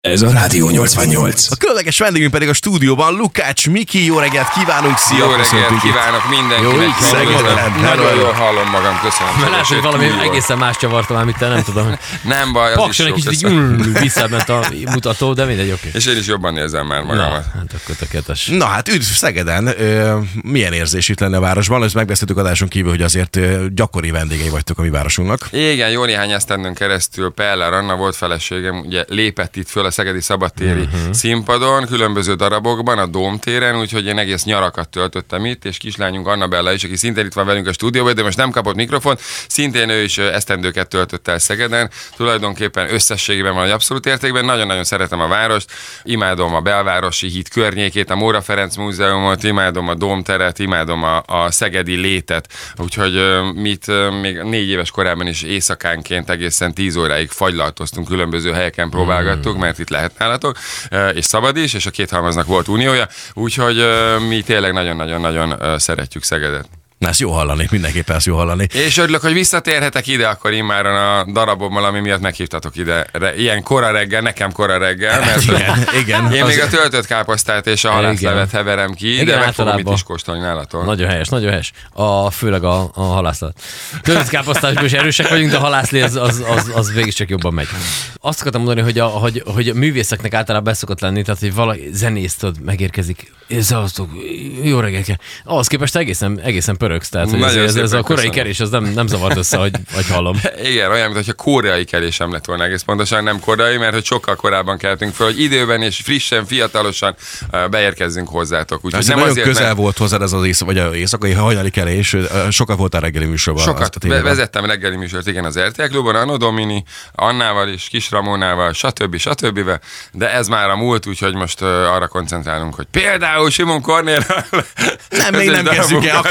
Ez a Rádió 88. A különleges vendégünk pedig a stúdióban Lukács Miki. Jó reggelt kívánunk, szia! Jó reggelt kívánok mindenkinek. Nagyon jól hallom magam, köszönöm. Mert lehet, hogy valami egészen más csavartam, amit te nem tudom. Nem baj, az is jó. Pakson egy kicsit visszament a mutató, de mindegy, oké. És én is jobban nézem már magamat. Na, hát akkor tökéletes. Na hát üdv Szegeden. Milyen érzés itt lenne a városban? Ezt megbeszéltük adáson kívül, hogy azért gyakori vendégei vagytok a mi városunknak. Igen, jó néhány esztendőn keresztül Peller Anna volt feleségem, ugye lépett itt föl a szegedi szabadtéri színpadon, különböző darabokban, a Dómtéren, úgyhogy én egész nyarakat töltöttem itt, és kislányunk Annabella is, aki szintén itt van velünk a stúdióban, de most nem kapott mikrofont, szintén ő is esztendőket töltött el Szegeden, tulajdonképpen összességében van egy abszolút értékben, nagyon-nagyon szeretem a várost, imádom a belvárosi híd környékét, a Móra Ferenc Múzeumot, imádom a Dómteret, imádom a szegedi létet, úgyhogy még 4 éves korában is éjszakánként egészen 10 óráig fagylaltoztunk, különböző helyeken próbálgattuk, mert itt lehet nálatok, és szabad is, és a két halmaznak volt uniója, úgyhogy mi tényleg nagyon-nagyon szeretjük Szegedet. Na, ezt jó hallani, mindenképpen ezt jó hallani. És örülök, hogy visszatérhetek ide akkor immáron a darabommal, ami miatt meghívtatok ide. Ilyen kora reggel, nekem kora reggel, mert igen. Én még a töltött káposztát és a halászlevet heverem ki, igen, de meg fogom itt is kóstolni nálatok. Nagyon helyes. Főleg a halászlet. Töltött káposztásból is erősek vagyunk, de a halászlé az végig csak jobban megy. Azt akartam mondani, hogy a művészeknek általában szokott lenni, tehát hogy valaki zenész megérkezik, jó reggelt kell. Ahhoz képest egészen pöröksz, tehát ez a korai kelés, az nem zavart össze, hogy hallom. Igen, olyan, mintha koreai kelésem lett volna egész pontosan, nem korai, mert hogy sokkal korábban keltünk fel, hogy időben és frissen, fiatalosan beérkezzünk hozzátok. Úgyhogy nem nagyon azért, közel volt hozzád ez az éjszakai hajnali kelés, sokat voltál reggeli műsorban. Sokat, vezettem reggeli műsort, igen, az RTL Klubon, Anno Domini, Annával is, Kis Ramonával, stb. De ez már a múlt, úgyhogy most arra koncentrálunk, hogy például Simon Kornél. Nem, még nem kezdjük el,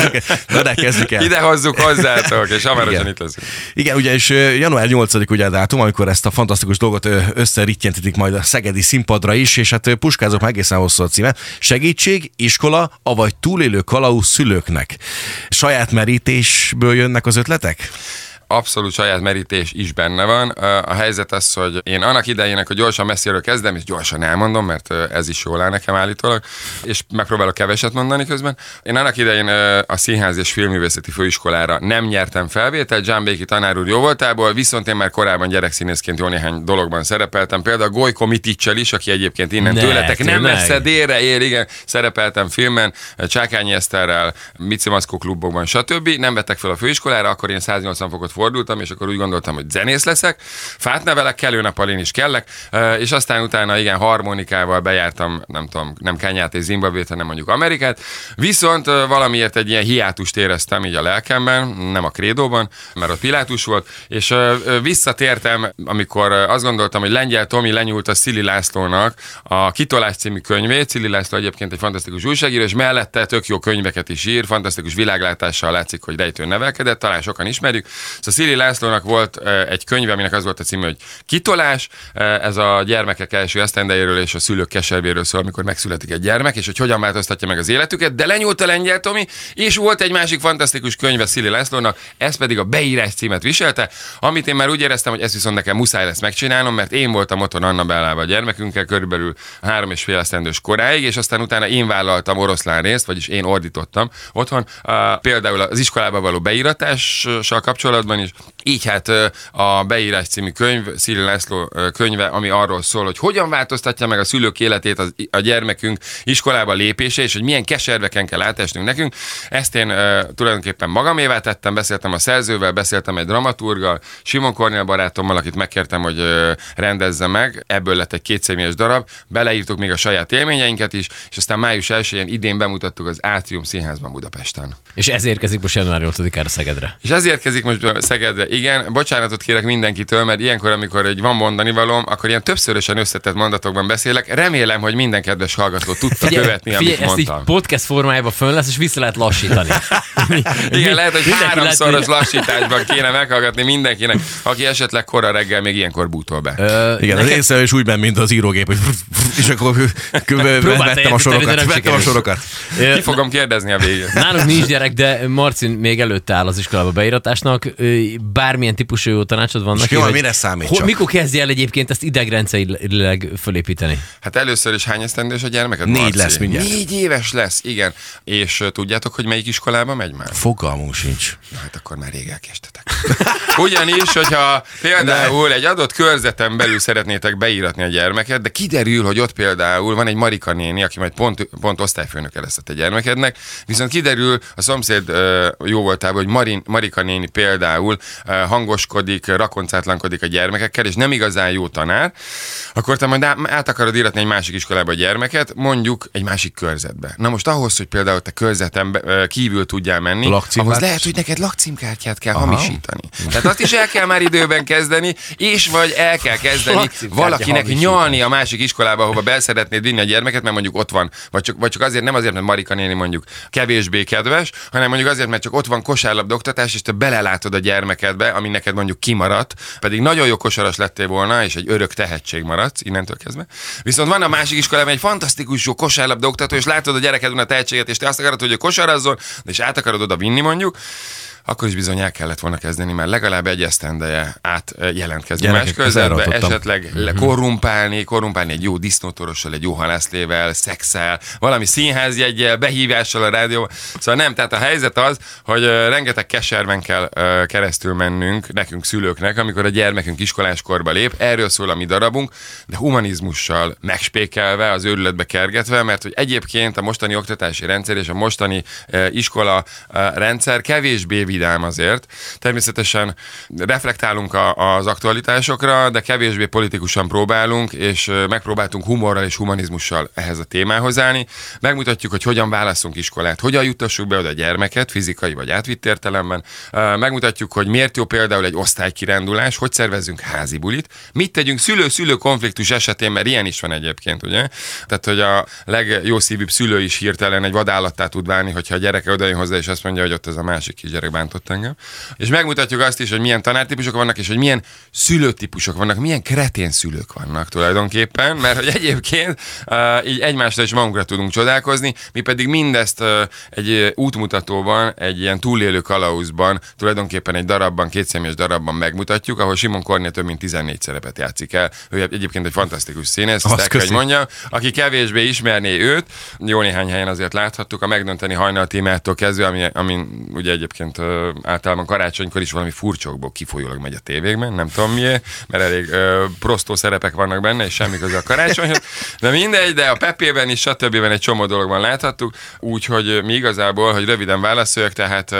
de kezdjük el. Ide hozzuk hozzátok, és hamarosan itt leszünk. Igen, ugye, és január 8. ugye a dátum, amikor ezt a fantasztikus dolgot összeritjentetik majd a szegedi színpadra is, és hát puskázok már egészen hosszú a címe. Segítség, iskola, avagy túlélő kalauz szülőknek. Saját merítésből jönnek az ötletek? Abszolút saját merítés is benne van. A helyzet az, hogy én annak idejének, hogy gyorsan messziről kezdem, és gyorsan elmondom, mert ez is jól áll nekem állítólag, és megpróbálok keveset mondani közben. Én annak idején a Színház és Filmművészeti Főiskolára nem nyertem felvételt, Zsámbéki tanár úr jó voltából, viszont én már korábban gyerekszínészként jó néhány dologban szerepeltem, például Gojko Miticsel is, aki egyébként innen tőletek nem messze délre él, igen, szerepeltem filmen, Csákányi Eszterrel, Mici Maszkó klubokban, stb. Nem vettek fel a főiskolára, akkor én 180 fokot fordultam, és akkor úgy gondoltam, hogy zenész leszek, fát nevelek, kellő nappal én is kellek, és aztán utána igen, harmonikával bejártam, nem Kenyát és Zimbabvét, hanem mondjuk Amerikát, viszont valamiért egy ilyen hiátust éreztem így a lelkemben, nem a krédóban, mert ott Pilátus volt, és visszatértem, amikor azt gondoltam, hogy Lengyel Tomi lenyúlt a Szili Lászlónak a Kitolás című könyvét. Szili László egyébként egy fantasztikus újságíró, és mellette tök jó könyveket is ír, fantasztikus világlátással látszik, hogy rejtőn nevelkedett, talán sokan ismerjük. A Szili Lászlónak volt egy könyve, aminek az volt a címe, hogy Kitolás, ez a gyermekek első esztendejéről és a szülők keservéről szól, amikor megszületik egy gyermek, és hogy hogyan változtatja meg az életüket, de lenyúlt a Lengyel Tomi, és volt egy másik fantasztikus könyve Szili Lászlónak, ez pedig a Beírás címet viselte, amit én már úgy éreztem, hogy ezt viszont nekem muszáj lesz megcsinálnom, mert én voltam otthon Annabellával a gyermekünkkel körülbelül 3,5 esztendős koráig, és aztán utána én vállaltam oroszlán részt, vagyis én ordítottam otthon, például az iskolába való beíratással kapcsolatban is. Így hát a Beírás című könyv, Szili László könyve, ami arról szól, hogy hogyan változtatja meg a szülők életét a gyermekünk iskolába lépése, és hogy milyen keserveken kell átesnünk nekünk. Ezt én tulajdonképpen magamévá tettem, beszéltem a szerzővel, beszéltem egy dramaturggal, Simon Kornél barátommal, akit megkértem, hogy rendezze meg. Ebből lett egy 2 személyes darab, beleírtuk még a saját élményeinket is, és aztán május 1-én idén bemutattuk az Átrium Színházban Budapesten. És ez érkezik most január 8-ára Szegedre. És ez érkezik most Szegedre, igen. Bocsánatot kérek mindenkitől, mert ilyenkor, amikor van mondani valóm, akkor ilyen többszörösen összetett mondatokban beszélek. Remélem, hogy minden kedves hallgató tudta követni, amit mondtam. Ezt így podcast formájában fönn lesz, és vissza lehet lassítani. Igen, lehet, hogy 3-szoros lassításban kéne meghallgatni mindenkinek, aki esetleg kora reggel még ilyenkor bútol be. Igen, az észre is úgy ment, mint az írógép, hogy és akkor vettem a sorokat. Ki fogom kérdezni a végén. Nálunk nincs gyerek, de Marcin még előtte áll az iskolába beíratásnak. bármilyen típusú jó tanácsod van neki? Mire számít? Mikor kezdje el egyébként ezt idegrendszerileg fölépíteni? Hát először is hány esztendős a gyermeked? 4 lesz mindjárt. 4 éves lesz, igen. És tudjátok, hogy melyik iskolába megy már? Fogalmunk sincs. Na, hát akkor már rég elkéstetek. Ugyanis, hogyha például egy adott körzeten belül szeretnétek beíratni a gyermeket, de kiderül, hogy ott például van egy Marika néni, aki majd pont osztályfőnöke lesz a gyermekednek, viszont kiderül a szomszéd jó voltából, hogy Marika néni például hangoskodik, rakoncátlankodik a gyermekekkel, és nem igazán jó tanár, akkor te majd át akarod íratni egy másik iskolába a gyermeket, mondjuk egy másik körzetbe. Na most ahhoz, hogy például te körzeten kívül tudjál menni, ahhoz lehet, hogy neked lakcímkártyát kell hamisítani. Tehát azt is el kell már időben kezdeni, és vagy el kell kezdeni valakinek nyalni a másik iskolába, ahova be szeretnéd vinni a gyermeket, mert mondjuk ott van, vagy csak azért, nem azért, mert Marika néni mondjuk kevésbé kedves, hanem mondjuk azért, mert csak ott van kosárlabda oktatás, és te belelátod a gyermekedbe, ami neked mondjuk kimaradt, pedig nagyon jó kosaras lettél volna, és egy örök tehetség maradsz innentől kezdve. Viszont van a másik iskolában egy fantasztikus jó kosárlabda oktató, és látod a gyerekedben a tehetséget, és te azt akarod, hogy ő kosarazzon, és át akarod oda vinni mondjuk, akkor is bizony el kellett volna kezdeni, mert legalább egy esztendeje jelentkezni más körzetbe, esetleg korrumpálni egy jó disznótorossal, egy jó halászlével, szexel, valami színházjeggyel, behívással a rádióba. Szóval nem, tehát a helyzet az, hogy rengeteg keserven kell keresztül mennünk nekünk szülőknek, amikor a gyermekünk iskoláskorba lép. Erről szól a mi darabunk, de humanizmussal megspékelve, az őrületbe kergetve, mert hogy egyébként a mostani oktatási rendszer és a mostani iskola rendszer kevésbé vidám azért. Természetesen reflektálunk az aktualitásokra, de kevésbé politikusan próbálunk, és megpróbáltunk humorral és humanizmussal ehhez a témához állni. Megmutatjuk, hogy hogyan válasszunk iskolát, hogyan juttassuk be oda a gyermeket, fizikai vagy átvitt értelemben. Megmutatjuk, hogy miért jó például egy osztálykirándulás, hogy szervezzünk házi bulit, mit tegyünk szülő-szülő konfliktus esetén, mert ilyen is van egyébként, ugye? Tehát, hogy a legjószívűbb szülő is hirtelen egy vadállattá tud válni, hogyha a gyereke odajön hozzá, és azt mondja, hogy ott ez a másik kisgyerek bántott engem. És megmutatjuk azt is, hogy milyen tanártípusok vannak, és hogy milyen szülőtípusok vannak, milyen kretén szülők vannak tulajdonképpen, mert hogy egyébként így egymásra is magunkra tudunk csodálkozni, mi pedig mindezt egy útmutatóban, egy ilyen túlélő kalauzban, tulajdonképpen egy darabban, kétszemélyes darabban megmutatjuk, ahol Simon Kornél több mint 14 szerepet játszik el. Ő egyébként egy fantasztikus színész, azt el kell, hogy mondjam, aki kevésbé ismerné őt, jó néhány helyen azért láthattuk, a Megdönteni hajnal témától kezdve, ami ugye egyébként általában karácsonykor is valami furcsokból kifolyólag megy a tévékben, nem tudom miért, mert elég prostó szerepek vannak benne, és semmi köze a karácsonyhoz, de mindegy, de a Peppében is, stb. Egy csomó dologban láthattuk, úgyhogy mi igazából, hogy röviden válaszoljak, tehát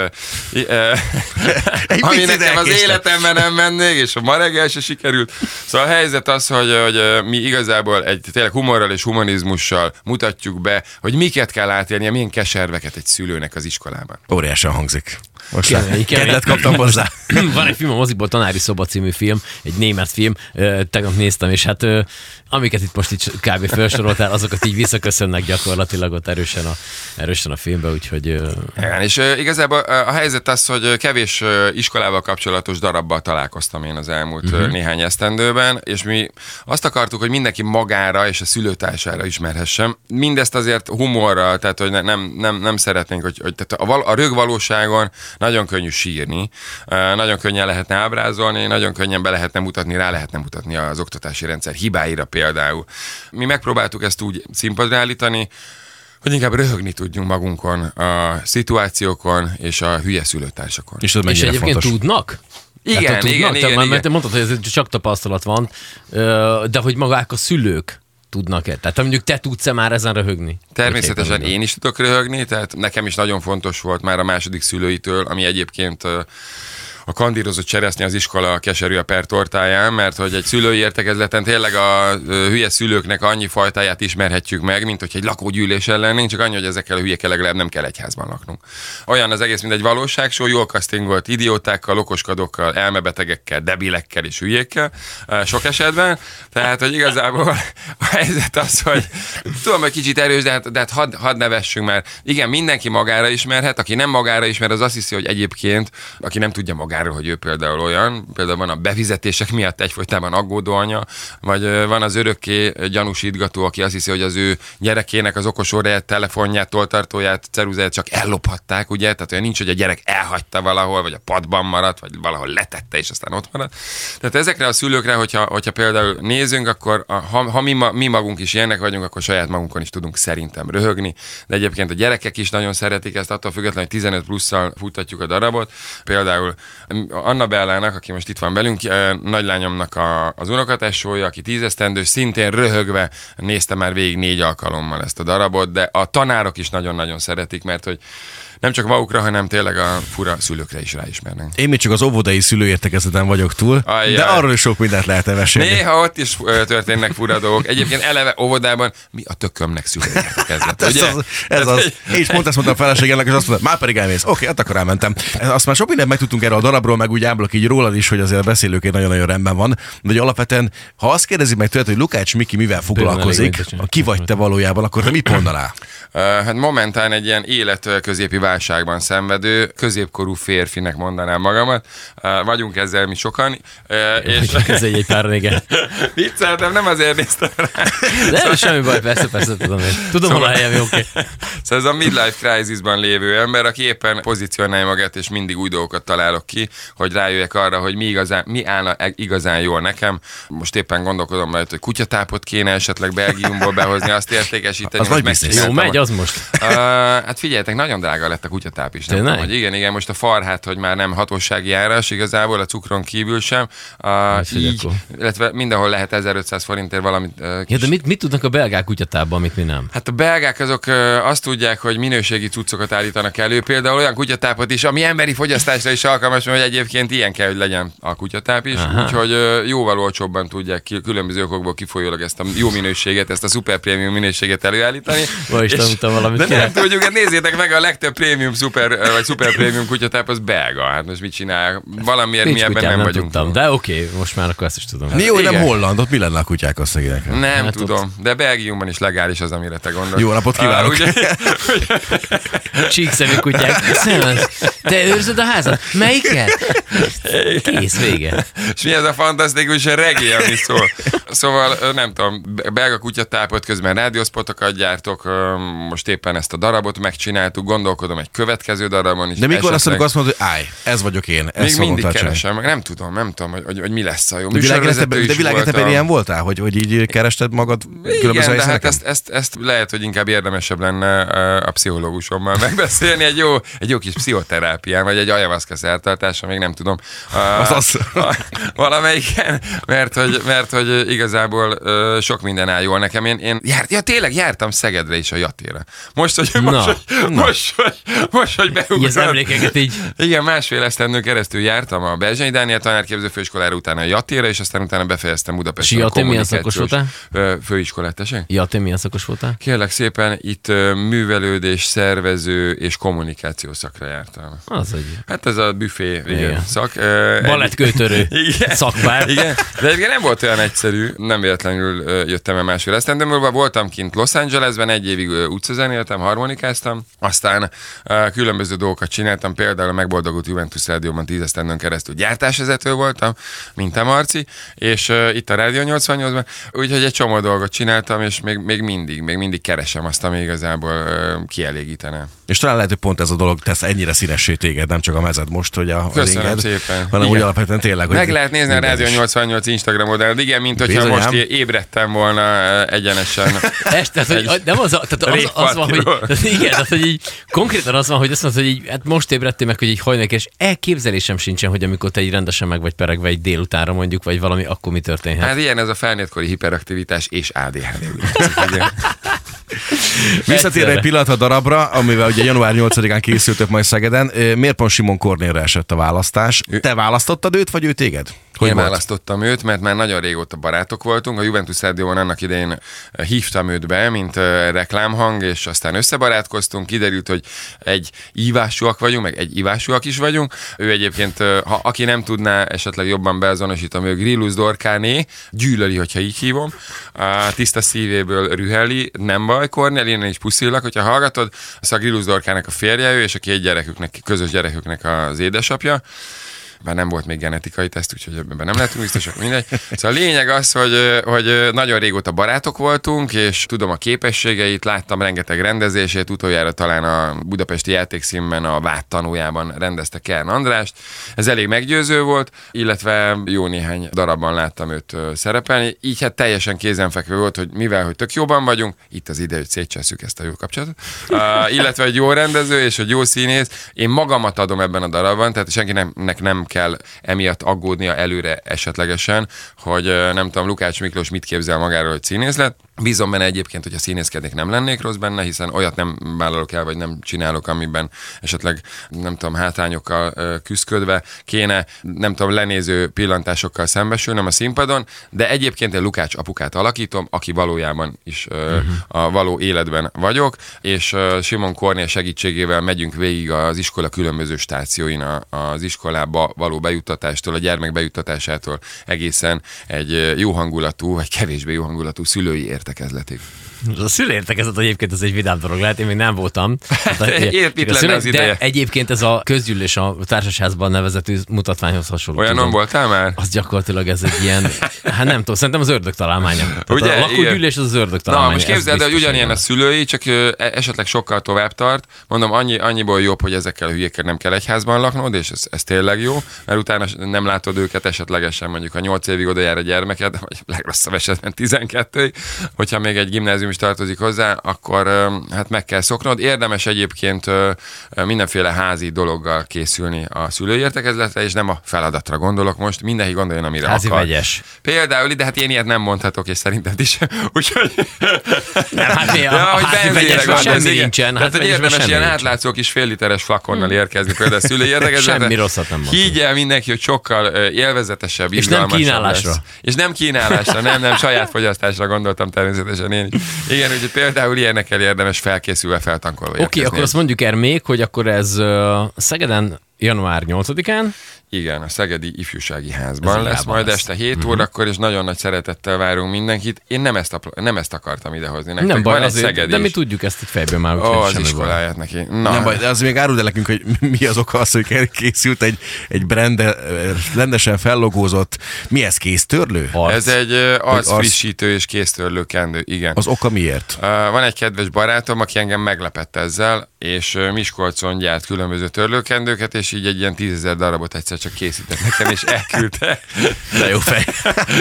ami nekem az életemben nem mennék, és ma reggel se sikerült. Szóval a helyzet az, hogy mi igazából egy tényleg humorral és humanizmussal mutatjuk be, hogy miket kell átélnie, milyen keserveket egy szülőnek az iskolában. Óriásan hangzik. Most kedvet kaptam hozzá. Van egy film a moziból, Tanári szoba című film, egy német film, tegnap néztem, és hát amiket itt most így kb. Felsoroltál, azokat így visszaköszönnek gyakorlatilag ott erősen a filmbe, úgyhogy... Igen, és igazából a helyzet az, hogy kevés iskolával kapcsolatos darabbal találkoztam én az elmúlt néhány esztendőben, és mi azt akartuk, hogy mindenki magára és a szülőtársára ismerhessem. Mindezt azért humorral, tehát hogy nem szeretnénk, hogy tehát a rögvalóságon nagyon könnyű sírni, nagyon könnyen lehetne ábrázolni, nagyon könnyen be lehetne mutatni, rá lehetne mutatni az oktatási rendszer hibáira például. Mi megpróbáltuk ezt úgy színpadra állítani, hogy inkább röhögni tudjunk magunkon, a szituációkon és a hülye szülőtársakon. És egyébként fontos. Tudnak? Igen. Mert te mondtad, hogy ez csak tapasztalat van, de hogy magák a szülők tudnak-e? Tehát mondjuk te tudsz-e már ezen röhögni? Természetesen én is tudok röhögni, tehát nekem is nagyon fontos volt már a második szülőitől, ami egyébként a kandírozott cseresznye az iskola keserű a pertortáján, mert hogy egy szülői értekezleten tényleg a hülye szülőknek annyi fajtáját ismerhetjük meg, mint hogy egy lakógyűlésen lennénk, csak annyi, hogy ezekkel a hülyekkel legalább nem kell egyházban laknunk. Olyan az egész, mint egy valóságshow, jól castingolt idiótákkal, okoskodókkal, elmebetegekkel, debilekkel és hülyékkel, sok esetben. Tehát, hogy igazából a helyzet az, hogy tudom, hogy kicsit erős, de hát hadd nevessünk már. Igen, mindenki magára ismerhet, aki nem magára ismer, az azt hiszi, hogy egyébként, aki nem tudja magára magáról, hogy ő például olyan, például van a befizetések miatt egyfolytában aggódó anya, vagy van az örökké gyanúsítgató, aki azt hiszi, hogy az ő gyerekének az okos óráját, telefonját, toltartóját, ceruzáját csak ellophatták, ugye? Tehát olyan nincs, hogy a gyerek elhagyta valahol, vagy a padban maradt, vagy valahol letette, és aztán ott maradt. Tehát ezekre a szülőkre, hogyha például nézünk, akkor ha mi magunk is ilyenek vagyunk, akkor saját magunkon is tudunk szerintem röhögni, de egyébként a gyerekek is nagyon szeretik ezt, attól függetlenül, hogy 15 plusszal futtatjuk a darabot. Például Anna Bellának, aki most itt van velünk, nagylányomnak az unokatesója, aki 10 esztendős, szintén röhögve nézte már végig 4 alkalommal ezt a darabot, de a tanárok is nagyon-nagyon szeretik, mert hogy nem csak magukra, hanem tényleg a fura szülőkre is ráismernek. Én még csak az óvodai szülőértekezeten vagyok túl, de arról is sok mindent lehet mesélni. Néha ott is történnek fura dolgok. Egyébként eleve óvodában mi a tökömnek szülőértekezlet, ugye? Ez az. Én is pont ezt mondtam a feleségemnek, és azt mondta, már pedig elmész. Oké, hát akkor elmentem. Azt már sok mindent megtudtunk erről a darabról, meg úgy ámblok így rólad is, hogy azért a beszélőként nagyon-nagyon rendben van. De hogy alapvetően, ha azt kérdezi meg tőled, hogy Lukács Miki mivel foglalkozik, ki vagy te valójában, akkor te mit mondanál? Hát momentán egy ilyen életközépi válságban szenvedő, középkorú férfinek mondanám magamat. Vagyunk ezzel mi sokan. És ez egy páran, igen. Vicceltem, nem azért néztem rá. De semmi baj, persze, tudom. Tudom, hol a helyem, jó, oké. Szóval ez a midlife crisisban lévő ember, aki éppen pozícionálja magát, és mindig új dolgokat találok ki, hogy rájöjjek arra, hogy mi állna igazán jól nekem. Most éppen gondolkodom majd, hogy kutyatápot kéne esetleg Belgiumból behozni, azt értékesíteni. Az jó, megy az most. Hát figyeljetek, nagyon drága lett a kutyatáp is. Nem tudom, hogy igen, most a farhát, hogy már nem hatósági járás igazából, a cukron kívül sem. Így, illetve mindenhol lehet 1500 forintért valamit. Ja, de mit tudnak a belgák kutyatápban, amit mi nem? Hát a belgák azok azt tudják, hogy minőségi cuccokat állítanak elő, például olyan kutyatápot is, ami emberi fogyasztásra is alkalmas, hogy egyébként ilyen kell, hogy legyen a kutyatáp is, úgyhogy jóval olcsóbban tudják különböző okokból kifolyólag ezt a jó minőséget, ezt a szuper prémium minőséget előállítani. Valamit de nem tudjuk, hát nézzétek meg, a legtöbb prémium vagy szuper prémium kutyatáp az belga. Hát most mit csinál? Valamiért mi ebben nem vagyunk. Tudtam, de oké, most már akkor ezt is tudom. Mi jó, nem holland, ott mi lenne a kutyák a szegényekre? Nem hát tudom, de Belgiumban is legális az, amire te gondolsz. Jó napot kívánok! Csíkszemű kutyák. Te őrzöd a házat? Melyiket? Kész, vége. És mi ez a fantasztikus reggae, ami szól? Szóval nem tudom, belga kutyatápot, közben rádiószpotokat gyártok, most éppen ezt a darabot megcsináltuk, gondolkodom egy következő darabon is. De mikor azt mondod, hogy állj, ez vagyok én. Még mindig keresem, meg nem tudom, hogy mi lesz a jó. De világegyetemben ilyen voltál, hogy így kerested magad különböző. Igen, de hát ezt lehet, hogy inkább érdemesebb lenne a pszichológusommal megbeszélni, egy jó kis pszichoterápián, vagy egy ayahuasca szertartása, még nem tudom. Valamelyiken, mert hogy igazából sok minden áll jól nekem. Én tényleg jártam Szegedre is a Jatéra. Most, hogy beugrott. Az emlékeket így. Igen, másfél esztendőn keresztül jártam a Berzsenyi Dániel tanárképző főiskolára, utána a Jatéra, és aztán utána befejeztem Budapesten a kommunikációs főiskolát. Tessék? Ja, te milyen szakos voltál? Kérlek szépen, itt művelődés, szervező és kommunikáció szakra jártam. Az egy. Hát ez a büfé szak. Balettkőtörő szakpár. Igen, de egyébként nem volt olyan egyszerű, nem véletlenül jöttem el másfél esztendőn, voltam kint Los Angelesben, 1 évig utcazenéltem, harmonikáztam, aztán különböző dolgokat csináltam, például a megboldogult Juventus Rádióban 10 esztendőn keresztül gyártásvezető voltam, mint a Marci, és itt a Rádió 88-ban, úgyhogy egy csomó dolgot csináltam, és még mindig keresem azt, ami igazából kielégítene. És talán lehet, hogy pont ez a dolog tesz ennyire színessé téged, nem csak a mezed most, hogy az inged, szépen. hanem úgy alapvetően tényleg. Meg lehet nézni a Rádió 88 Instagram oldalon, igen, mint hogyha most ébredtem volna egyenesen. Nem az van, hogy igen, tehát, hogy így konkrétan az van, hogy azt mondod, hogy így, hát most ébredtél meg, hogy így hajnalik, és elképzelésem sincsen, hogy amikor te így rendesen meg vagy peregve egy délutánra mondjuk, vagy valami, akkor mi történhet. Hát ilyen ez a felnőttkori hiperaktivitás és ADHD. Visszatérve egy pillanat a darabra, amivel ugye január 8-án készültök majd Szegeden. Miért pont Simon Kornélre esett a választás? Te választottad őt, vagy ő téged? Én választottam őt, mert már nagyon régóta barátok voltunk. A Juventus Rádióban annak idején hívtam őt be, mint reklámhang, és aztán összebarátkoztunk. Kiderült, hogy egy ívásúak vagyunk, meg egy ivásúak is vagyunk. Ő egyébként, ha aki nem tudná, esetleg jobban beazonosítom, ő Grillus Dorkáné, gyűlöli, hogyha így hívom. Tiszta szívéből rüheli, nem baj, Kornél, én is puszillak, hogyha hallgatod. Szóval Grillus Dorkának a férje ő, és a két gyereküknek, közös gyereküknek az édesapja. bár nem volt még genetikai teszt, úgyhogy ebben nem lehetünk biztosak, mindegy. Szóval a lényeg az, hogy nagyon régóta barátok voltunk, és tudom a képességeit, láttam rengeteg rendezését, utoljára talán a budapesti játékszínben a Vád tanújában rendezte Kern Andrást. Ez elég meggyőző volt, illetve jó néhány darabban láttam őt szerepelni, így hát teljesen kézenfekvő volt, hogy mivel, hogy tök jóban vagyunk, itt az ide, hogy szétcsesszük ezt a jó kapcsolatot, illetve egy jó rendező és egy jó színész, én magamat adom ebben a darabban, tehát senkinek nem kell emiatt aggódnia előre esetlegesen, hogy nem tudom, Lukács Miklós mit képzel magáról, hogy színész lett. Bízom benne egyébként, hogy a színészkednék nem lennék rossz benne, hiszen olyat nem vállalok el, vagy nem csinálok, amiben esetleg, nem tudom, hátrányokkal küszködve kéne, nem tudom, lenéző pillantásokkal szembesülnem a színpadon, de egyébként én Lukács apukát alakítom, aki valójában is a való életben vagyok, és Simon Kornél segítségével megyünk végig az iskola különböző stációin, az iskolába való bejuttatástól, a gyermek bejuttatásától egészen egy jó hangulatú, vagy kevésbé jó hangulatú szülői értekezletig. A szülőértekezlet egyébként ez egy vidám dolog lehet, én még nem voltam. De egyébként ez a közgyűlés a társasházban nevezetű mutatványhoz hasonló. Olyanon voltál már? Az gyakorlatilag ez egy ilyen, hát nem tudom, szerintem az ördög találmánya. Ugye, a lakógyűlés az ördög találmánya. Na, most képzeld, hogy ugyanilyen a szülői, csak esetleg sokkal tovább tart. Mondom, annyiból jobb, hogy ezekkel a hülyékkel nem kell egyházban laknod, és ez tényleg jó, mert utána nem látod őket esetlegesen, mondjuk a 8 évig oda jár a gyermeked, vagy legrosszabb esetben 12-ig, hogyha még egy gimnázium is tartozik hozzá, akkor hát meg kell szoknod. Érdemes egyébként mindenféle házi dologgal készülni a szülői értekezletre, és nem a feladatra gondolok most, mindenki gondoljon, amire házi akar. Vegyes. Például, de hát én ilyet nem mondhatok, és szerinted is. Úgyhogy... Nem, hát mi a házi vegyesben semmi nincsen. Hát, hogy érdemes ilyen átlátszó kis fél literes flakonnal érkezni, például a szülői értekezletre. Semmi rosszat nem mondtam. Higgy el mindenki, hogy sokkal élvezetesebb, és nem kínálásra. lesz. És nem kínálásra, nem saját fogyasztásra gondoltam természetesen én is. Igen, úgyhogy például ilyenekkel érdemes felkészülve, feltankolva. Oké, akkor azt mondjuk el még, hogy akkor ez Szegeden január 8-án. Igen, a Szegedi Ifjúsági Házban lesz majd este 7 órakor, és nagyon nagy szeretettel várunk mindenkit. Én nem ezt akartam idehozni. Nektek nem baj, azért, de mi tudjuk ezt egy fejből már. Az iskoláját neki. Na. Nem baj, de az még áruld el nekünk, hogy mi az oka az, hogy készült egy rendesen fellogózott, mi ez, kéztörlő? Ez egy arcfrissítő és kéztörlő kendő, igen. Az oka miért? Van egy kedves barátom, aki engem meglepett ezzel, és Miskolcon gyárt különböző törlőkendőket, és így egy ilyen 10 000 darabot egyszer csak készített nekem, és elküldte. De jó fej.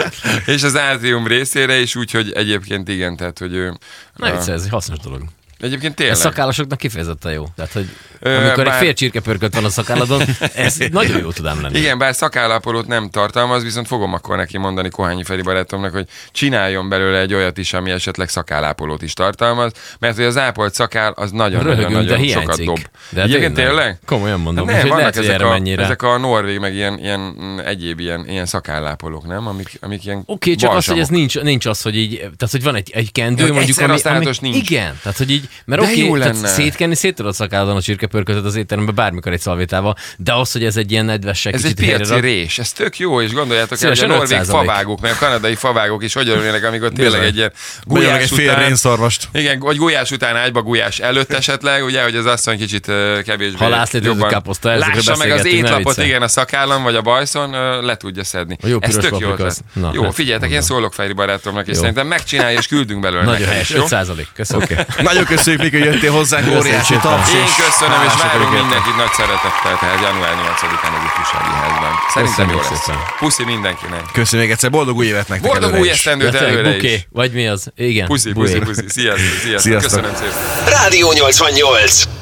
És az átrium részére is, úgyhogy egyébként igen, tehát, hogy ő... Na, ez egy hasznos dolog. Egyébként tényleg. Ez szakállasoknak kifejezetten jó. Tehát, hogy amikor egy fél csirkepörkölt van a szakálladon, ez nagyon jó tudám lenni. Igen, bár szakállapolót nem tartalmaz, viszont fogom akkor neki mondani Kohányi Feri barátomnak, hogy csináljon belőle egy olyat is, ami esetleg szakállapolót is tartalmaz, mert hogy az ápolt szakál az nagyon-nagyon sokat dob. De egyébként tényleg? Komolyan mondom. Nem, vannak ezek a norvég, meg ilyen egyéb ilyen szakállápolók, nem? Amik ilyen Oké, csak az, hogy ez nincs az, hogy így, tehát hogy van egy kendő, mondjuk, ami nincs. Igen, tehát hogy így, mert oké, szétkenni szét tudod szakálladon a csirkepörkötet az étteremben bármikor egy szalvétával, de az, hogy ez egy ilyen nedvesség. Ez egy piaci rés, ez tök jó, és gondoljátok el, hogy a norvég favágók, meg a kanadai favágók is hogy örülnének, amikor tényleg egy ilyen gulyás után... Igen, vagy gulyás után ágyba, gulyás előtt esetleg, ugye, hogy az asszony kicsit kevésbé jobban lássa meg az étlapot, igen, a szakállam vagy a bajszon le tudja szedni. Ez tök jó. Jó, figyeljetek, én szólok Feri barátomnak, és szerintem megcsinálja, és küldünk belőle. Nagyon helyes, 5%. Köszönöm. Nagyon köszönjük, Miki, hogy jöttél hozzánk, óriási taps. Én köszönöm, és várunk mindenkit nagy szeretettel, tehát január 8-án az Ifjúsági Házban. Szerintem jó lesz. Puszi mindenkinek. Köszönöm még egyszer, boldog új évet nektek. Boldog új esztendőt előre is. Vagy mi az? Igen. Puszi. Sziasztok. Köszönöm szépen. Rádió 88.